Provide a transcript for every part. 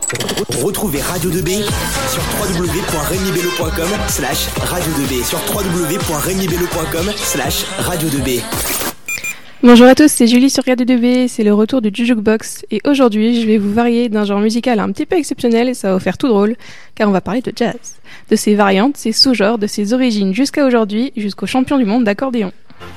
Retrouvez Radio 2B sur www.regnibello.com/radio2b sur www.regnibello.com/radio2b. Bonjour à tous, c'est Julie sur Radio 2B, c'est le retour du Jukebox et aujourd'hui je vais vous varier d'un genre musical un petit peu exceptionnel et ça va vous faire tout drôle car on va parler de jazz, de ses variantes, ses sous-genres, de ses origines jusqu'à aujourd'hui, jusqu'au champion du monde d'accordéon.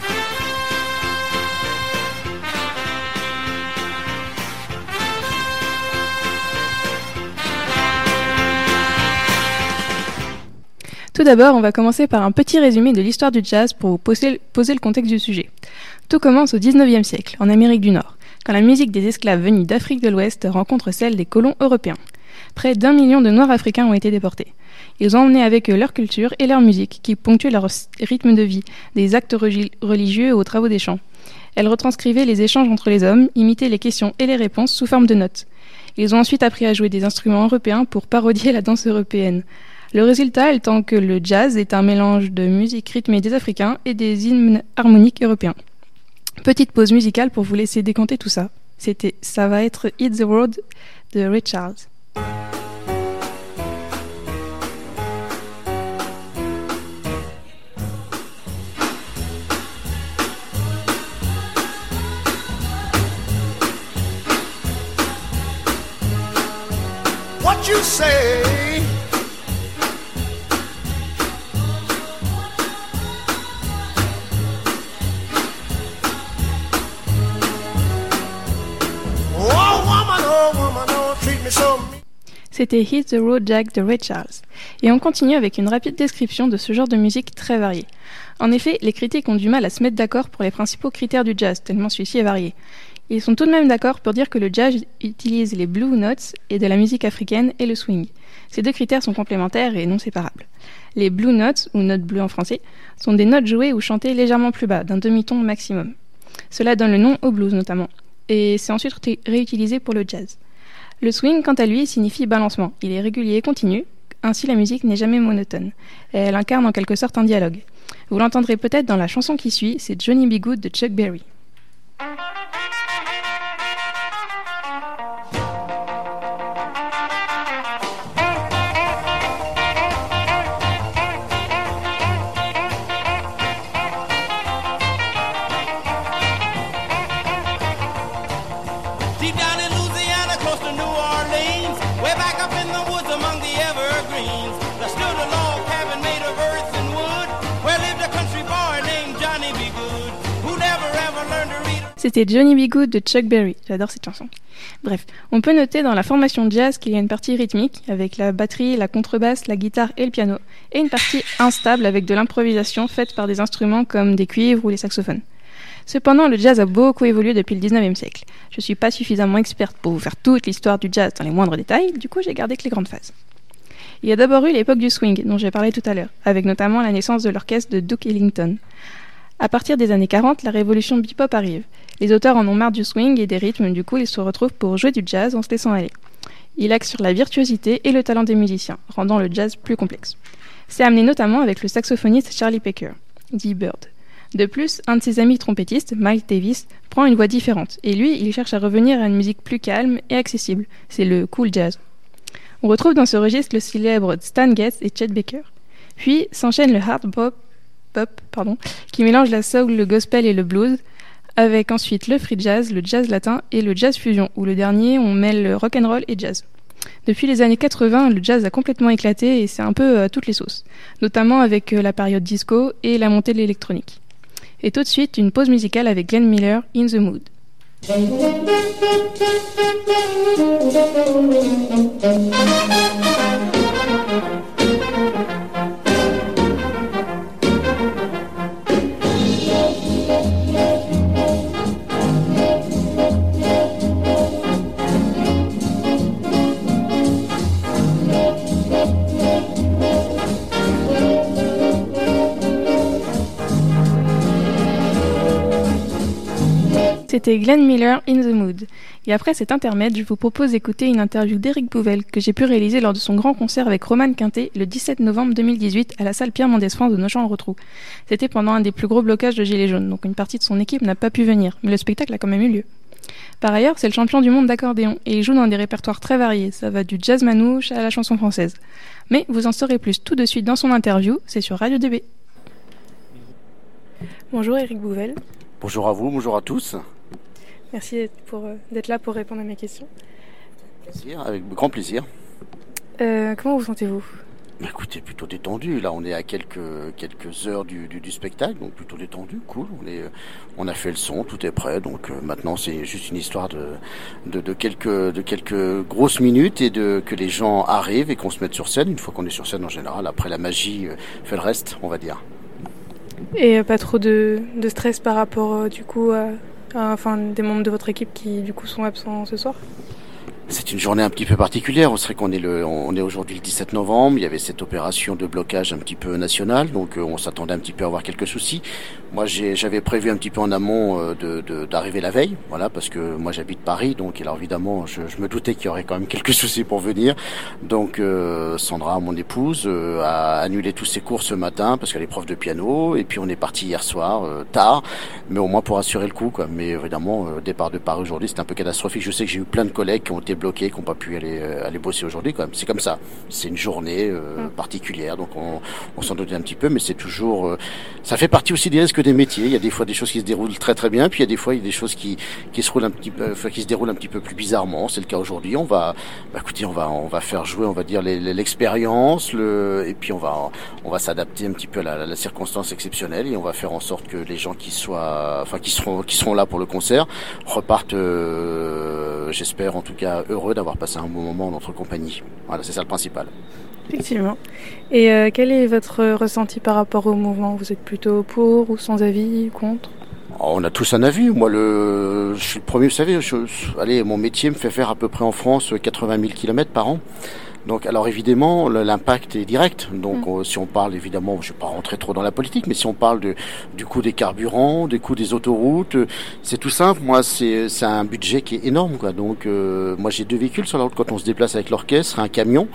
Tout d'abord, on va commencer par un petit résumé de l'histoire du jazz pour vous poser le contexte du sujet. Tout commence au XIXe siècle, en Amérique du Nord, quand la musique des esclaves venus d'Afrique de l'Ouest rencontre celle des colons européens. Près d'1 million de Noirs africains ont été déportés. Ils ont emmené avec eux leur culture et leur musique, qui ponctuaient leur rythme de vie, des actes religieux aux travaux des champs. Elles retranscrivaient les échanges entre les hommes, imitaient les questions et les réponses sous forme de notes. Ils ont ensuite appris à jouer des instruments européens pour parodier la danse européenne. Le résultat étant que le jazz est un mélange de musique rythmée des Africains et des hymnes harmoniques européens. Petite pause musicale pour vous laisser décanter tout ça. Ça va être Hit the Road de Ray Charles. What you say? C'était Hit the Road Jack de Ray Charles. Et on continue avec une rapide description de ce genre de musique très varié. En effet, les critiques ont du mal à se mettre d'accord pour les principaux critères du jazz, tellement celui-ci est varié. Ils sont tout de même d'accord pour dire que le jazz utilise les blue notes et de la musique africaine et le swing. Ces deux critères sont complémentaires et non séparables. Les blue notes, ou notes bleues en français, sont des notes jouées ou chantées légèrement plus bas, d'un demi-ton maximum. Cela donne le nom au blues notamment, et c'est ensuite réutilisé pour le jazz. Le swing, quant à lui, signifie balancement. Il est régulier et continu, ainsi la musique n'est jamais monotone. Elle incarne en quelque sorte un dialogue. Vous l'entendrez peut-être dans la chanson qui suit, c'est Johnny B. Goode de Chuck Berry. C'était Johnny B. Goode de Chuck Berry. J'adore cette chanson. Bref, on peut noter dans la formation jazz qu'il y a une partie rythmique, avec la batterie, la contrebasse, la guitare et le piano, et une partie instable avec de l'improvisation faite par des instruments comme des cuivres ou les saxophones. Cependant, le jazz a beaucoup évolué depuis le 19e siècle. Je suis pas suffisamment experte pour vous faire toute l'histoire du jazz dans les moindres détails, du coup j'ai gardé que les grandes phases. Il y a d'abord eu l'époque du swing, dont j'ai parlé tout à l'heure, avec notamment la naissance de l'orchestre de Duke Ellington. À partir des années 40, la révolution bebop arrive. Les auteurs en ont marre du swing et des rythmes, du coup ils se retrouvent pour jouer du jazz en se laissant aller. Il axe sur la virtuosité et le talent des musiciens, rendant le jazz plus complexe. C'est amené notamment avec le saxophoniste Charlie Parker, dit Bird. De plus, un de ses amis trompettistes, Miles Davis, prend une voix différente, et lui, il cherche à revenir à une musique plus calme et accessible. C'est le cool jazz. On retrouve dans ce registre le célèbre Stan Getz et Chet Baker. Puis s'enchaîne le hard pop, qui mélange la soul, le gospel et le blues, avec ensuite le free jazz, le jazz latin et le jazz fusion, où le dernier, on mêle le rock'n'roll et jazz. Depuis les années 80, le jazz a complètement éclaté et c'est un peu à toutes les sauces, notamment avec la période disco et la montée de l'électronique. Et tout de suite, une pause musicale avec Glenn Miller, In the Mood. C'était Glenn Miller, In the Mood. Et après cet intermède, je vous propose d'écouter une interview d'Éric Pouvel que j'ai pu réaliser lors de son grand concert avec Romane Quintet le 17 novembre 2018 à la salle Pierre Mendès France de Nogent-le-Rotrou. C'était pendant un des plus gros blocages de Gilets jaunes, donc une partie de son équipe n'a pas pu venir, mais le spectacle a quand même eu lieu. Par ailleurs, c'est le champion du monde d'accordéon et il joue dans des répertoires très variés. Ça va du jazz manouche à la chanson française. Mais vous en saurez plus tout de suite dans son interview, c'est sur Radio 2B. Bonjour Eric Bouvel. Bonjour à vous, bonjour à tous. Merci d'être là pour répondre à mes questions. Plaisir, avec grand plaisir. Comment vous sentez-vous ? Écoutez, plutôt détendu. Là, on est à quelques heures du spectacle, donc plutôt détendu, cool. On a fait le son, tout est prêt. Donc maintenant, c'est juste une histoire de quelques grosses minutes et que les gens arrivent et qu'on se mette sur scène. Une fois qu'on est sur scène, en général, après la magie fait le reste, on va dire. Et pas trop de stress par rapport du coup à des membres de votre équipe qui du coup sont absents ce soir ? C'est une journée un petit peu particulière. On serait qu'on est on est aujourd'hui le 17 novembre. Il y avait cette opération de blocage un petit peu nationale, donc on s'attendait un petit peu à avoir quelques soucis. Moi, j'avais prévu un petit peu en amont d'arriver la veille, voilà, parce que moi j'habite Paris, donc alors évidemment, je me doutais qu'il y aurait quand même quelques soucis pour venir. Donc Sandra, mon épouse, a annulé tous ses cours ce matin parce qu'elle est prof de piano, et puis on est parti hier soir tard, mais au moins pour assurer le coup, quoi. Mais évidemment, départ de Paris aujourd'hui, c'était un peu catastrophique. Je sais que j'ai eu plein de collègues qui ont été bloqués, qui n'ont pas pu aller bosser aujourd'hui, quand même. C'est comme ça. C'est une journée particulière, donc on s'en doutait un petit peu, mais c'est toujours, ça fait partie aussi des risques des métiers. Il y a des fois des choses qui se déroulent très très bien, puis il y a des fois des choses qui se roulent un petit peu, qui se déroulent un petit peu plus bizarrement. C'est le cas aujourd'hui. On va faire jouer, on va dire l'expérience, et puis on va s'adapter un petit peu à la circonstance exceptionnelle, et on va faire en sorte que les gens qui seront là pour le concert repartent, j'espère en tout cas heureux d'avoir passé un bon moment en notre compagnie. Voilà, c'est ça le principal. Effectivement. Et quel est votre ressenti par rapport au mouvement ? Vous êtes plutôt pour ou sans avis, contre ? On a tous un avis. Moi, je suis le premier, vous savez, mon métier me fait faire à peu près en France 80 000 km par an. Donc, alors évidemment, l'impact est direct. Donc, si on parle évidemment, je ne vais pas rentrer trop dans la politique, mais si on parle du coût des carburants, du coût des autoroutes, c'est tout simple. Moi, c'est un budget qui est énorme, quoi. Donc, moi, j'ai 2 véhicules sur la route quand on se déplace avec l'orchestre, un camion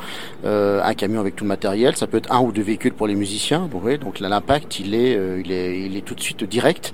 avec tout le matériel. Ça peut être 1 ou 2 véhicules pour les musiciens. Donc là, l'impact, il est tout de suite direct.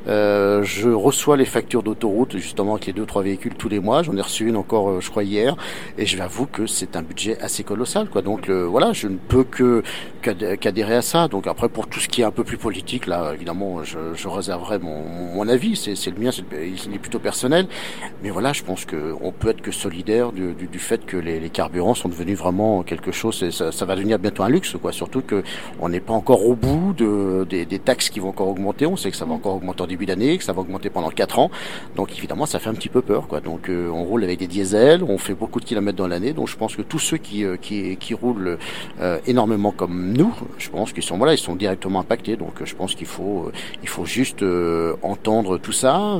Je reçois les factures d'autoroute justement avec les 2 ou 3 véhicules tous les mois. J'en ai reçu une encore, je crois hier, et je l'avoue que c'est un budget assez colossal, quoi. Donc voilà, je ne peux qu'adhérer à ça. Donc après, pour tout ce qui est un peu plus politique, là, évidemment, je réserverai mon avis. C'est le mien, il est plutôt personnel. Mais voilà, je pense que on peut être que solidaire du fait que les carburants sont devenus vraiment quelque chose. Ça va devenir bientôt un luxe, quoi. Surtout que on n'est pas encore au bout des taxes qui vont encore augmenter. On sait que ça va encore augmenter en début d'année, que ça va augmenter pendant 4 ans. Donc évidemment, ça fait un petit peu peur, quoi. Donc on roule avec des diesels, on fait beaucoup de kilomètres dans l'année. Donc je pense que tous ceux qui roulent énormément comme nous, je pense qu'ils sont directement impactés. Donc je pense qu'il faut juste entendre tout ça,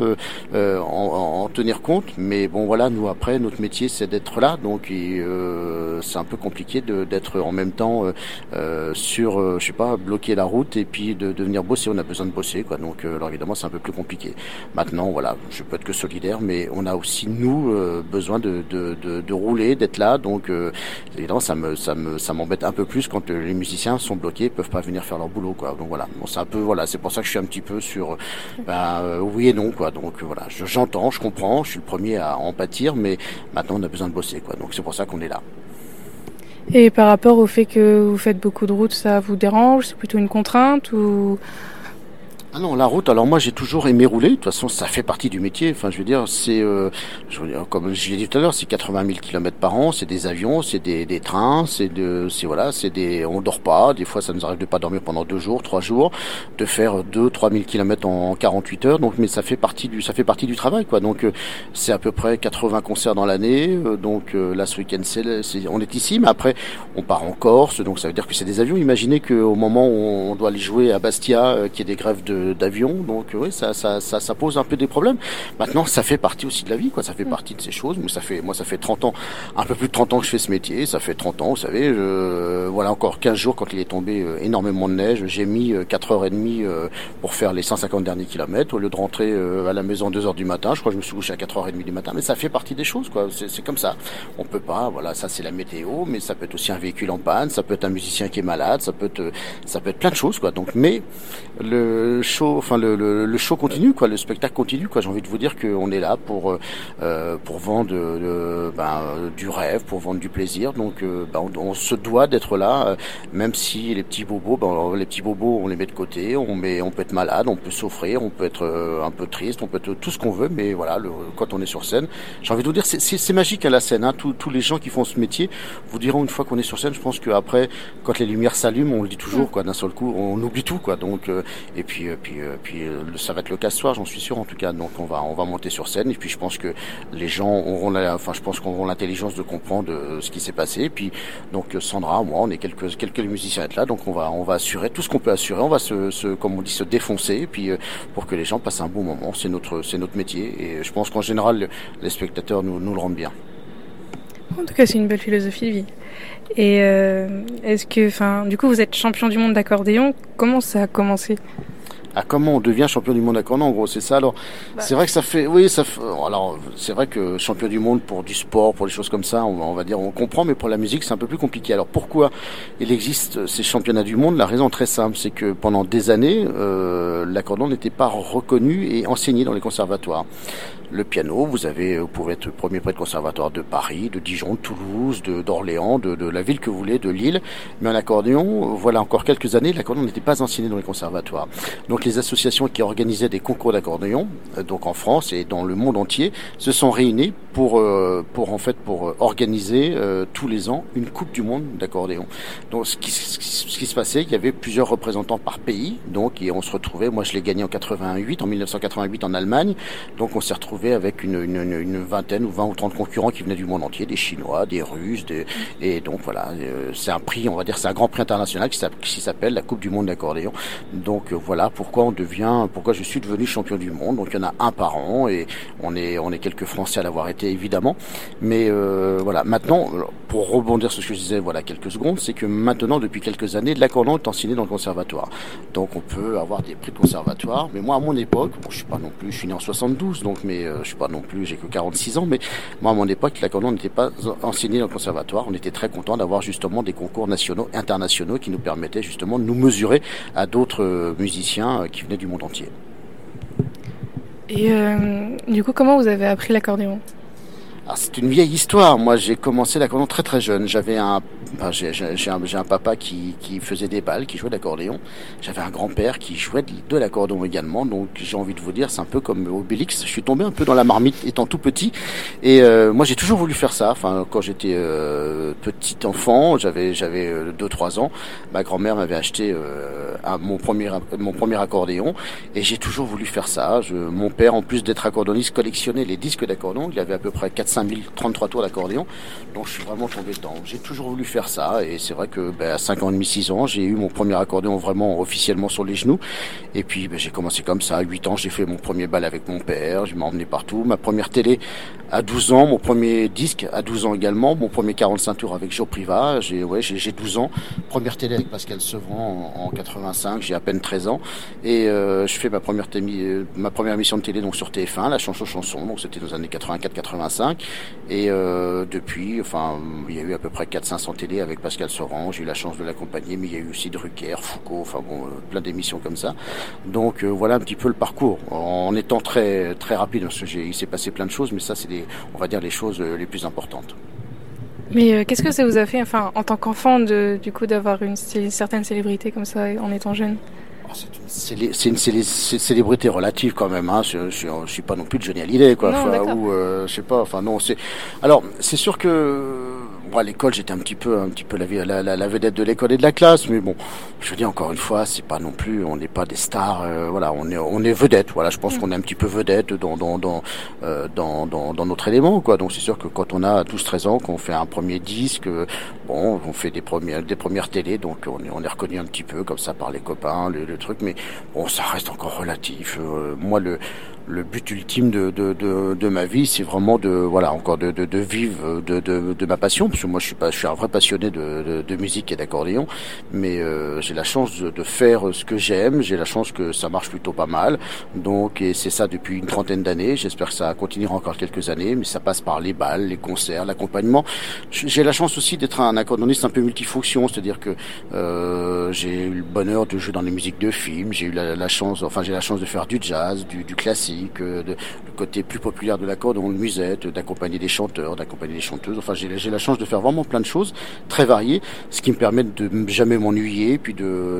en tenir compte. Mais bon, voilà, nous après, notre métier c'est d'être là. Donc c'est un peu compliqué d'être en même temps bloquer la route et puis de venir bosser. On a besoin de bosser, quoi. Donc alors évidemment c'est un peu plus compliqué. Maintenant, voilà, je peux être que solidaire, mais on a aussi nous besoin de rouler, d'être là. Donc évidemment ça m'embête un peu plus quand les musiciens sont bloqués, peuvent pas venir faire leur boulot, quoi. Donc voilà, bon, c'est un peu, voilà, c'est pour ça que je suis un petit peu sur oui et non, quoi. Donc voilà, j'entends, je comprends, je suis le premier à en pâtir, mais maintenant on a besoin de bosser, quoi. Donc c'est pour ça qu'on est là. Et par rapport au fait que vous faites beaucoup de routes, ça vous dérange ? C'est plutôt une contrainte ou... Ah non, la route, alors moi j'ai toujours aimé rouler. De toute façon, ça fait partie du métier. Enfin, je veux dire, comme je l'ai dit tout à l'heure, c'est 80 000 km par an, c'est des avions, c'est des trains, on dort pas. Des fois, ça nous arrive de pas dormir pendant 2 jours, 3 jours, de faire 2-3 000 km en 48 heures. Donc, mais ça fait partie du travail, quoi. Donc, c'est à peu près 80 concerts dans l'année. Donc, là, ce week-end, on est ici, mais après, on part en Corse. Donc, ça veut dire que c'est des avions. Imaginez qu'au moment où on doit aller jouer à Bastia, qu'il y ait des grèves d'avion, donc oui, ça pose un peu des problèmes. Maintenant, ça fait partie aussi de la vie, quoi. Ça fait partie de ces choses. Mais ça fait 30 ans, un peu plus de 30 ans que je fais ce métier. Ça fait 30 ans, vous savez. Voilà, encore 15 jours quand il est tombé énormément de neige, j'ai mis 4h30 pour faire les 150 derniers kilomètres au lieu de rentrer à la maison à 2h du matin. Je crois que je me suis couché à 4h30 du matin. Mais ça fait partie des choses, quoi. C'est comme ça. On peut pas, voilà, ça c'est la météo, mais ça peut être aussi un véhicule en panne, ça peut être un musicien qui est malade, ça peut être plein de choses, quoi. Donc, mais je show, enfin le show continue, quoi, le spectacle continue, quoi. J'ai envie de vous dire qu'on est là pour vendre du rêve, pour vendre du plaisir. Donc on se doit d'être là, même si les petits bobos, on les met de côté. On peut être malade, on peut souffrir, on peut être un peu triste, on peut être tout ce qu'on veut, mais voilà, quand on est sur scène, j'ai envie de vous dire, c'est magique à la scène. Hein. Tous les gens qui font ce métier vous diront une fois qu'on est sur scène, je pense qu'après, quand les lumières s'allument, on le dit toujours, quoi, d'un seul coup, on oublie tout, quoi. Donc et puis ça va être le casse-soir, j'en suis sûr en tout cas. Donc on va monter sur scène et puis je pense que les gens auront l'intelligence de comprendre ce qui s'est passé. Et puis donc Sandra, moi, on est quelques musiciens être là, donc on va assurer tout ce qu'on peut assurer. On va comme on dit, se défoncer et puis pour que les gens passent un bon moment. C'est notre métier et je pense qu'en général les spectateurs nous le rendent bien. En tout cas, c'est une belle philosophie de vie. Et est-ce que, du coup, vous êtes champion du monde d'accordéon. Comment ça a commencé ? Comment on devient champion du monde d'accordéon, en gros, c'est ça. Alors, c'est vrai que alors, c'est vrai que champion du monde pour du sport, pour des choses comme ça, on va dire, on comprend, mais pour la musique, c'est un peu plus compliqué. Alors, pourquoi il existe ces championnats du monde? La raison est très simple, c'est que pendant des années, l'accordéon n'était pas reconnu et enseigné dans les conservatoires. Le piano, vous pouvez être premier prix de conservatoire de Paris, de Dijon, de Toulouse, d'Orléans, de la ville que vous voulez, de Lille. Mais en accordéon, voilà encore quelques années, l'accordéon n'était pas enseigné dans les conservatoires. Donc les associations qui organisaient des concours d'accordéon, donc en France et dans le monde entier, se sont réunies pour organiser tous les ans une Coupe du monde d'accordéon. Donc ce qui se passait, il y avait plusieurs représentants par pays, donc et on se retrouvait. Moi, je l'ai gagné en 1988 en Allemagne. Donc on s'est retrouvé avec une vingtaine ou 20 ou 30 concurrents qui venaient du monde entier, des Chinois, des Russes, et donc voilà, c'est un prix, on va dire, c'est un grand prix international qui s'appelle la Coupe du monde d'accordéon. Donc voilà pourquoi je suis devenu champion du monde. Donc il y en a un par an et on est quelques Français à l'avoir été évidemment. Mais voilà, maintenant, pour rebondir sur ce que je disais, voilà quelques secondes, c'est que maintenant depuis quelques années, l'accordéon est enseigné dans le conservatoire. Donc on peut avoir des prix de conservatoire. Mais moi à mon époque, je suis né en 72, donc j'ai que 46 ans, mais moi à mon époque, l'accordéon n'était pas enseigné dans le conservatoire. On était très content d'avoir justement des concours nationaux, internationaux qui nous permettaient justement de nous mesurer à d'autres musiciens qui venaient du monde entier. Et du coup, comment vous avez appris l'accordéon ? Alors, c'est une vieille histoire. Moi, j'ai commencé l'accordéon très très jeune. J'ai un papa qui faisait des balles, qui jouait d'accordéon. J'avais un grand-père qui jouait de l'accordéon également. Donc, j'ai envie de vous dire, c'est un peu comme Obélix. Je suis tombé un peu dans la marmite étant tout petit. Et moi, j'ai toujours voulu faire ça. Enfin, quand j'étais petit enfant, j'avais 2-3 ans. Ma grand-mère m'avait acheté mon premier accordéon. Et j'ai toujours voulu faire ça. Mon père, en plus d'être accordéoniste, collectionnait les disques d'accordéon. Il avait à peu près 4-5 33 tours d'accordéon, donc je suis vraiment tombé dedans. J'ai toujours voulu faire ça et c'est vrai que à 5 ans et demi, 6 ans, j'ai eu mon premier accordéon vraiment officiellement sur les genoux et puis j'ai commencé comme ça. À 8 ans, j'ai fait mon premier bal avec mon père, je m'emmenais partout. Ma première télé à 12 ans, mon premier disque à 12 ans également, mon premier 45 tours avec Joe Priva, j'ai 12 ans. Première télé avec Pascal Sevran en 85, j'ai à peine 13 ans et je fais ma première émission de télé donc sur TF1, la chanson, donc c'était dans les années 84-85. Et depuis, il y a eu à peu près 400-500 télés avec Pascal Sevran. J'ai eu la chance de l'accompagner, mais il y a eu aussi Drucker, Foucault, plein d'émissions comme ça. Donc voilà un petit peu le parcours. En étant très très rapide, parce qu'il s'est passé plein de choses, mais ça c'est on va dire les choses les plus importantes. Mais qu'est-ce que ça vous a fait, en tant qu'enfant, du coup, d'avoir une certaine célébrité comme ça en étant jeune ? C'est une célébrité relative quand même, hein. Je suis pas non plus de Johnny Hallyday, quoi. Je sais pas. Alors, c'est sûr que à l'école, j'étais un petit peu la vedette de l'école et de la classe, mais bon, je dis encore une fois, c'est pas non plus, on n'est pas des stars, voilà, on est vedette, voilà, je pense qu'on est un petit peu vedette dans notre élément, quoi. Donc c'est sûr que quand on a 12-13 ans, qu'on fait un premier disque, on fait des premières télés, donc on est reconnu un petit peu comme ça par les copains, le truc, mais bon, ça reste encore relatif. Moi, le le but ultime de ma vie, c'est vraiment de vivre de ma passion, parce que moi je suis un vrai passionné de musique et d'accordéon, mais j'ai la chance de faire ce que j'aime, j'ai la chance que ça marche plutôt pas mal, donc et c'est ça depuis une trentaine d'années. J'espère que ça continuera encore quelques années, mais ça passe par les balles, les concerts, l'accompagnement. J'ai la chance aussi d'être un accordéoniste un peu multifonction, c'est-à-dire que j'ai eu le bonheur de jouer dans les musiques de films, j'ai eu la chance de faire du jazz, du classique, le côté plus populaire de l'accordéon, de musette, d'accompagner des chanteurs, d'accompagner des chanteuses. Enfin, j'ai la chance de faire vraiment plein de choses très variées, ce qui me permet de jamais m'ennuyer, puis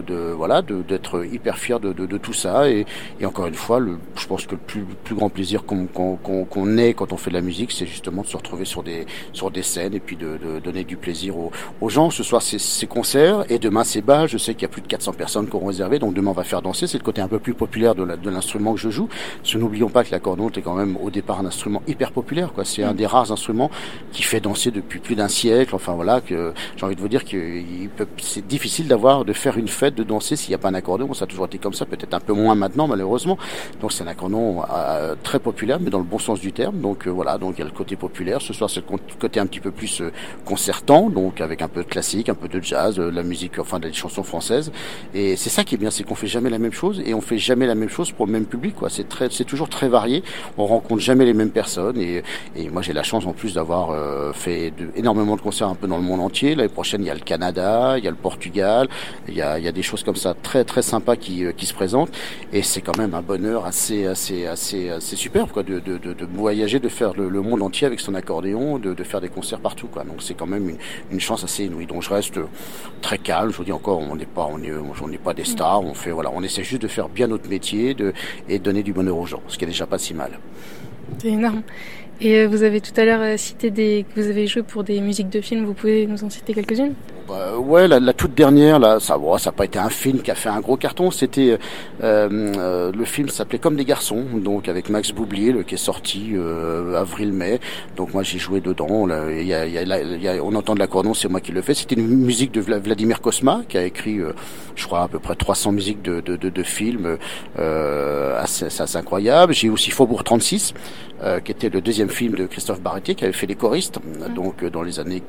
d'être hyper fier de tout ça. Et encore une fois, je pense que le plus grand plaisir qu'on ait quand on fait de la musique, c'est justement de se retrouver sur des scènes et puis de donner du plaisir aux gens. Ce soir, c'est concerts et demain, c'est bal. Je sais qu'il y a plus de 400 personnes qui auront réservé, donc demain, on va faire danser. C'est le côté un peu plus populaire de l'instrument que je joue. Parce que n'oublions pas que l'accordéon est quand même au départ un instrument hyper populaire, quoi. C'est un des rares instruments qui fait danser depuis plus d'un siècle. Enfin voilà, que j'ai envie de vous dire que c'est difficile de faire une fête, de danser s'il n'y a pas un accordéon. Ça a toujours été comme ça, peut-être un peu moins maintenant malheureusement. Donc c'est un accordéon très populaire, mais dans le bon sens du terme. Donc donc il y a le côté populaire. Ce soir c'est le côté un petit peu plus concertant, donc avec un peu de classique, un peu de jazz, la musique, des chansons françaises. Et c'est ça qui est bien, c'est qu'on fait jamais la même chose et on fait jamais la même chose pour le même public, quoi. C'est toujours très varié. On rencontre jamais les mêmes personnes et moi j'ai la chance en plus d'avoir fait énormément de concerts un peu dans le monde entier. L'année prochaine il y a le Canada, il y a le Portugal, il y a des choses comme ça très très sympas qui se présentent et c'est quand même un bonheur assez superbe, quoi, de voyager, de faire le monde entier avec son accordéon, de faire des concerts partout, quoi. Donc c'est quand même une chance assez inouïe. Donc je reste très calme. Je vous dis encore, on n'est pas des stars. On essaie juste de faire bien notre métier et de donner du bonheur aux gens, ce qui est déjà pas si mal. C'est énorme. Et vous avez tout à l'heure cité que vous avez joué pour des musiques de films. Vous pouvez nous en citer quelques-unes ? Ouais, la toute dernière, là, ça n'a pas été un film qui a fait un gros carton. C'était le film s'appelait Comme des garçons, donc avec Max Boublil, qui est sorti avril-mai. Donc moi j'ai joué dedans. Là, on entend de l'accordéon, c'est moi qui le fais. C'était une musique de Vladimir Cosma, qui a écrit, je crois, à peu près 300 musiques de films, assez incroyable. J'ai aussi Faubourg 36, qui était le deuxième film de Christophe Barretier, qui avait fait Les Choristes, donc dans les années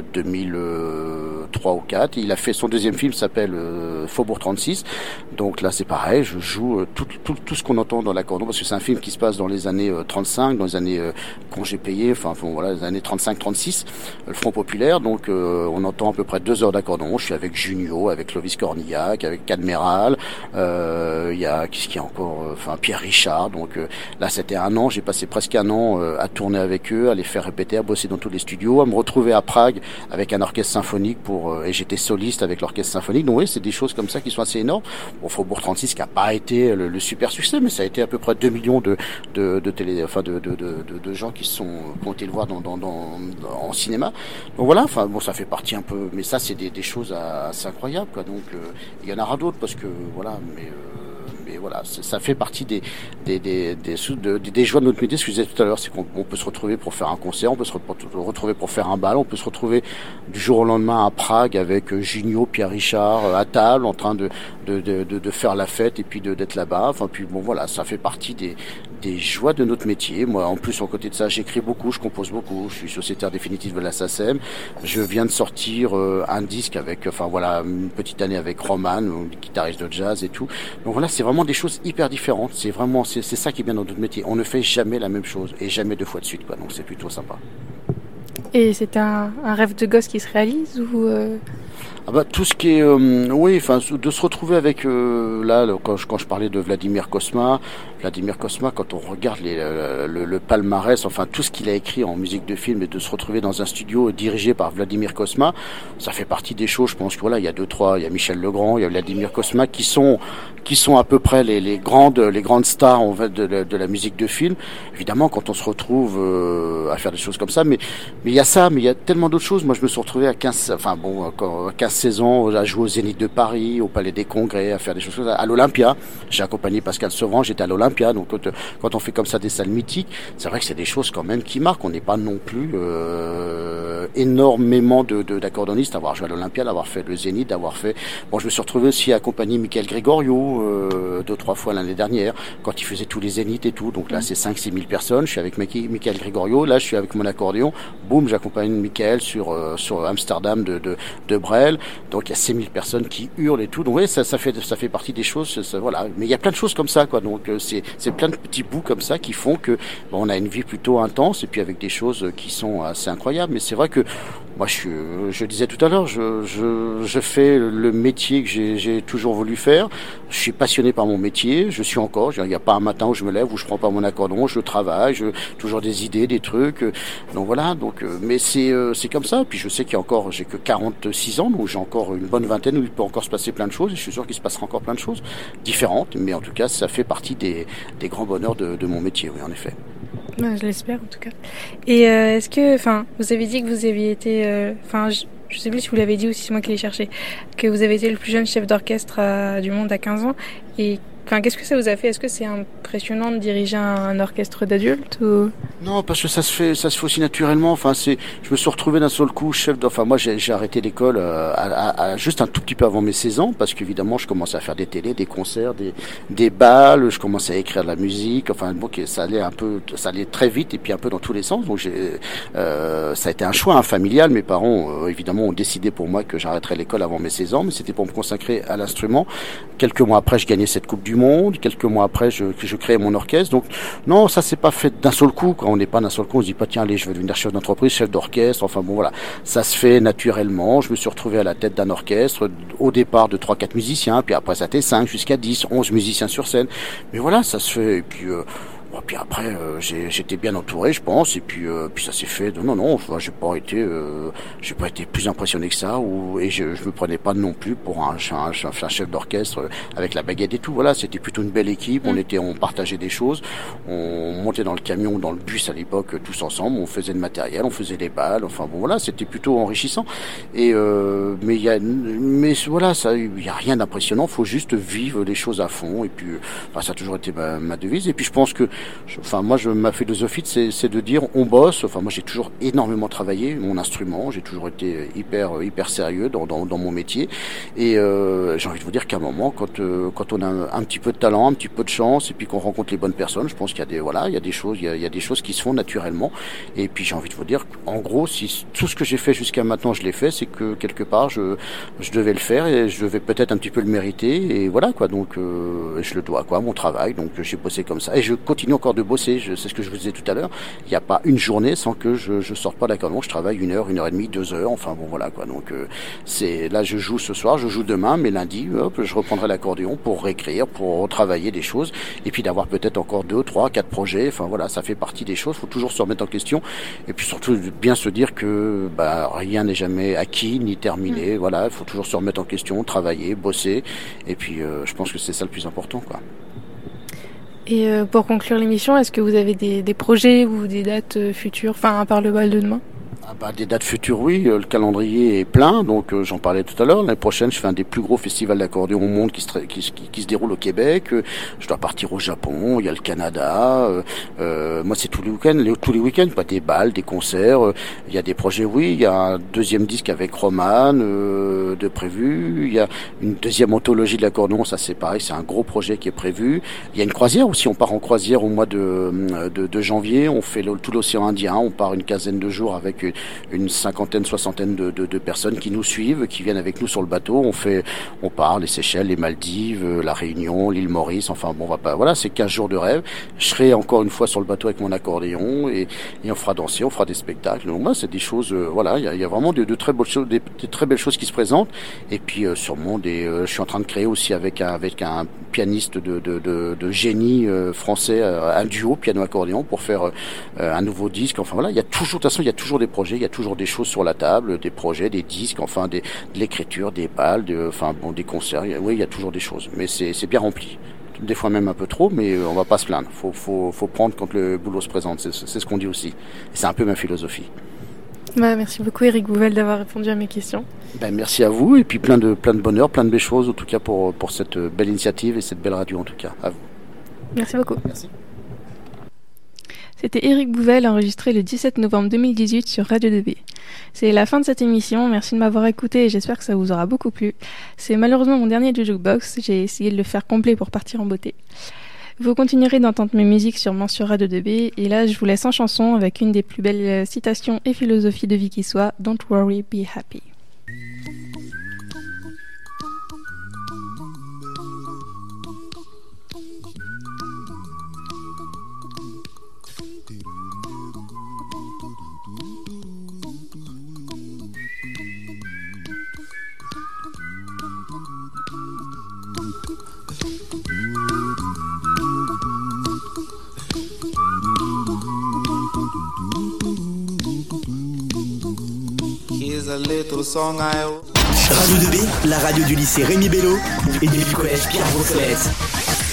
2003 ou 4. Il a fait son deuxième film, s'appelle Faubourg 36. Donc là c'est pareil, je joue tout ce qu'on entend dans l'accordéon, parce que c'est un film qui se passe dans les années 35, dans les années congés payés, les années 35-36, le Front populaire. Donc on entend à peu près 2 heures d'accordéon. Je suis avec Junio, avec Clovis Cornillac, avec Cadméral, il y a qu'est-ce qu'il y a encore, Pierre Richard. Donc là c'était un an, j'ai passé presque un an à tourner avec eux, à les faire répéter, à bosser dans tous les studios, à me retrouver à Prague avec un orchestre symphonique et j'étais soliste avec l'orchestre symphonique. Donc oui, c'est des choses comme ça qui sont assez énormes. Bon, Faubourg 36 qui a pas été le super succès, mais ça a été à peu près 2 millions de gens qui ont été le voir en cinéma. Donc voilà, ça fait partie un peu, mais ça c'est des choses assez incroyables, quoi. Donc il y en aura d'autres parce que voilà, mais voilà, ça fait partie des joies de notre métier. Ce que je disais tout à l'heure, c'est qu'on peut se retrouver pour faire un concert, on peut se retrouver pour faire un bal, on peut se retrouver du jour au lendemain à Prague avec Junio, Pierre Richard à table, en train de faire la fête et puis d'être là-bas. Ça fait partie des joies de notre métier. Moi, en plus, en côté de ça, j'écris beaucoup, je compose beaucoup, je suis sociétaire définitif de la SACEM. Je viens de sortir un disque avec, une petite année avec Roman, guitariste de jazz et tout. Donc voilà, c'est vraiment des choses hyper différentes. C'est ça qui est bien dans notre métier. On ne fait jamais la même chose et jamais 2 fois de suite, quoi. Donc c'est plutôt sympa. Et c'est un rêve de gosse qui se réalise ou tout ce qui est de se retrouver avec quand je parlais de Vladimir Cosma, quand on regarde le palmarès, tout ce qu'il a écrit en musique de film, et de se retrouver dans un studio dirigé par Vladimir Cosma, ça fait partie des choses. Je pense que il y a 2-3, il y a Michel Legrand, il y a Vladimir Cosma qui sont à peu près les grandes stars de la musique de film. Évidemment, quand on se retrouve à faire des choses comme ça, mais il y a ça, mais il y a tellement d'autres choses. Moi je me suis retrouvé à 15 15-16 ans à jouer au Zénith de Paris, au Palais des Congrès, à faire des choses comme ça, à l'Olympia. J'ai accompagné Pascal Sevran, j'étais à l'Olympia. Donc quand on fait comme ça des salles mythiques, c'est vrai que c'est des choses quand même qui marquent. On n'est pas non plus énormément d'accordéonistes à avoir joué à l'Olympia, d'avoir fait le Zénith, d'avoir fait... Bon, je me suis retrouvé aussi à accompagner Michael Gregorio 2-3 fois l'année dernière, quand il faisait tous les Zéniths et tout. Donc là, c'est 5-6 000 personnes. Je suis avec Michael Gregorio. Là, je suis avec mon accordéon. Boum, j'accompagne Michael sur Amsterdam de Brel. Donc il y a 6 000 personnes qui hurlent et tout. Donc oui, ça fait partie des choses. Voilà. Mais il y a plein de choses comme ça, quoi. Donc c'est plein de petits bouts comme ça qui font que on a une vie plutôt intense et puis avec des choses qui sont assez incroyables. Mais c'est vrai que moi, je disais tout à l'heure, je fais le métier que j'ai toujours voulu faire. Je suis passionné par mon métier. Je suis encore. Il n'y a pas un matin où je me lève où je prends pas mon accordéon. Je travaille. Toujours des idées, des trucs. Donc voilà. Donc, mais c'est comme ça. Puis je sais j'ai que 46 ans, donc j'ai encore une bonne vingtaine où il peut encore se passer plein de choses. Et je suis sûr qu'il se passera encore plein de choses différentes. Mais en tout cas, ça fait partie des grands bonheurs de mon métier. Oui, en effet. Je l'espère en tout cas. Et est-ce que, vous avez dit que vous aviez été, je sais plus si vous l'avez dit ou si c'est moi qui l'ai cherché, que vous avez été le plus jeune chef d'orchestre du monde à 15 ans. Et qu'est-ce que ça vous a fait? Est-ce que c'est impressionnant de diriger un orchestre d'adultes ou... Non, parce que ça se fait aussi naturellement. Je me suis retrouvé d'un seul coup chef moi, j'ai arrêté l'école juste un tout petit peu avant mes 16 ans, parce qu'évidemment, je commençais à faire des télés, des concerts, des balles, je commençais à écrire de la musique. Ça allait très vite et puis un peu dans tous les sens. Donc ça a été un choix familial. Mes parents, évidemment, ont décidé pour moi que j'arrêterais l'école avant mes 16 ans, mais c'était pour me consacrer à l'instrument. Quelques mois après, je gagnais cette Coupe du Monde. Quelques mois après, je créais mon orchestre. Donc non, ça s'est pas fait d'un seul coup. Quand on n'est pas d'un seul coup, on se dit pas tiens, allez, je vais devenir chef d'entreprise, chef d'orchestre. Voilà, ça se fait naturellement. Je me suis retrouvé à la tête d'un orchestre au départ de 3-4 musiciens, puis après ça a été 5 jusqu'à 10, 11 musiciens sur scène. Mais voilà, ça se fait. Et puis après, j'étais bien entouré, je pense, et puis ça s'est fait. Non, j'ai pas été plus impressionné que ça, et je me prenais pas non plus pour un chef d'orchestre avec la baguette et tout. Voilà, c'était plutôt une belle équipe. On partageait des choses, on montait dans le camion, dans le bus à l'époque, tous ensemble, on faisait le matériel, on faisait des balles. Voilà, c'était plutôt enrichissant. Et mais voilà, ça, il y a rien d'impressionnant. Faut juste vivre les choses à fond. Et puis, ça a toujours été ma devise. Et puis je pense que ma philosophie, c'est de dire on bosse. Moi, j'ai toujours énormément travaillé mon instrument. J'ai toujours été hyper sérieux dans mon métier. Et j'ai envie de vous dire qu'à un moment, quand on a un petit peu de talent, un petit peu de chance, et puis qu'on rencontre les bonnes personnes, je pense qu'il y a des choses qui se font naturellement. Et puis j'ai envie de vous dire qu'en gros, si tout ce que j'ai fait jusqu'à maintenant, je l'ai fait, c'est que quelque part, je devais le faire et je devais peut-être un petit peu le mériter. Et voilà quoi. Donc je le dois à mon travail. Donc j'ai bossé comme ça et je continue encore de bosser. C'est ce que je vous disais tout à l'heure. Il n'y a pas une journée sans que je sorte pas d'accordéon. Je travaille 1 heure, 1h30, 2 heures. Voilà quoi. Donc là, je joue ce soir, je joue demain, mais lundi, je reprendrai l'accordéon pour réécrire, pour retravailler des choses, et puis d'avoir peut-être encore 2, 3, 4 projets. Voilà, ça fait partie des choses. Faut toujours se remettre en question, et puis surtout bien se dire que rien n'est jamais acquis ni terminé. Voilà, il faut toujours se remettre en question, travailler, bosser, et puis je pense que c'est ça le plus important, quoi. Et pour conclure l'émission, est-ce que vous avez des projets ou des dates futures, à part le bal de demain? Des dates futures, oui. Le calendrier est plein, donc j'en parlais tout à l'heure. L'année prochaine, je fais un des plus gros festivals d'accordéon au monde qui se déroule au Québec. Je dois partir au Japon. Il y a le Canada. Moi, c'est tous les week-ends, pas des balles, des concerts. Il y a des projets, oui. Il y a un deuxième disque avec Roman de prévu. Il y a une deuxième anthologie de l'accordéon. Ça, c'est pareil, c'est un gros projet qui est prévu. Il y a une croisière aussi. On part en croisière au mois de janvier. On fait tout l'océan Indien. On part une quinzaine de jours avec une cinquantaine, soixantaine de personnes qui nous suivent, qui viennent avec nous sur le bateau. On part les Seychelles, les Maldives, la Réunion, l'île Maurice. Voilà, c'est 15 jours de rêve. Je serai encore une fois sur le bateau avec mon accordéon et on fera danser, on fera des spectacles. Donc moi, c'est des choses, il y a vraiment de très belles choses, des très belles choses qui se présentent. Et puis sûrement je suis en train de créer aussi avec un pianiste de génie français, un duo piano-accordéon pour faire un nouveau disque. Il y a toujours, de toute façon, il y a toujours des projets, il y a toujours des choses sur la table, des projets, des disques, de l'écriture, des balles, des concerts. Oui, il y a toujours des choses, mais c'est bien rempli. Des fois même un peu trop, mais on va pas se plaindre. Faut prendre quand le boulot se présente. C'est ce qu'on dit aussi. Et c'est un peu ma philosophie. Merci beaucoup Eric Bouvel d'avoir répondu à mes questions. Merci à vous et puis plein de bonheur, plein de belles choses en tout cas pour cette belle initiative et cette belle radio en tout cas. À vous. Merci beaucoup. Merci. C'était Eric Bouvel enregistré le 17 novembre 2018 sur Radio 2B. C'est la fin de cette émission, merci de m'avoir écouté et j'espère que ça vous aura beaucoup plu. C'est malheureusement mon dernier Jukebox, j'ai essayé de le faire complet pour partir en beauté. Vous continuerez d'entendre mes musiques sûrement sur Radio 2B et là je vous laisse en chanson avec une des plus belles citations et philosophies de vie qui soit, Don't worry, be happy. Here's a little song I... Radio 2B, la radio du lycée Rémi Bello et du collège Pierre Brossolette.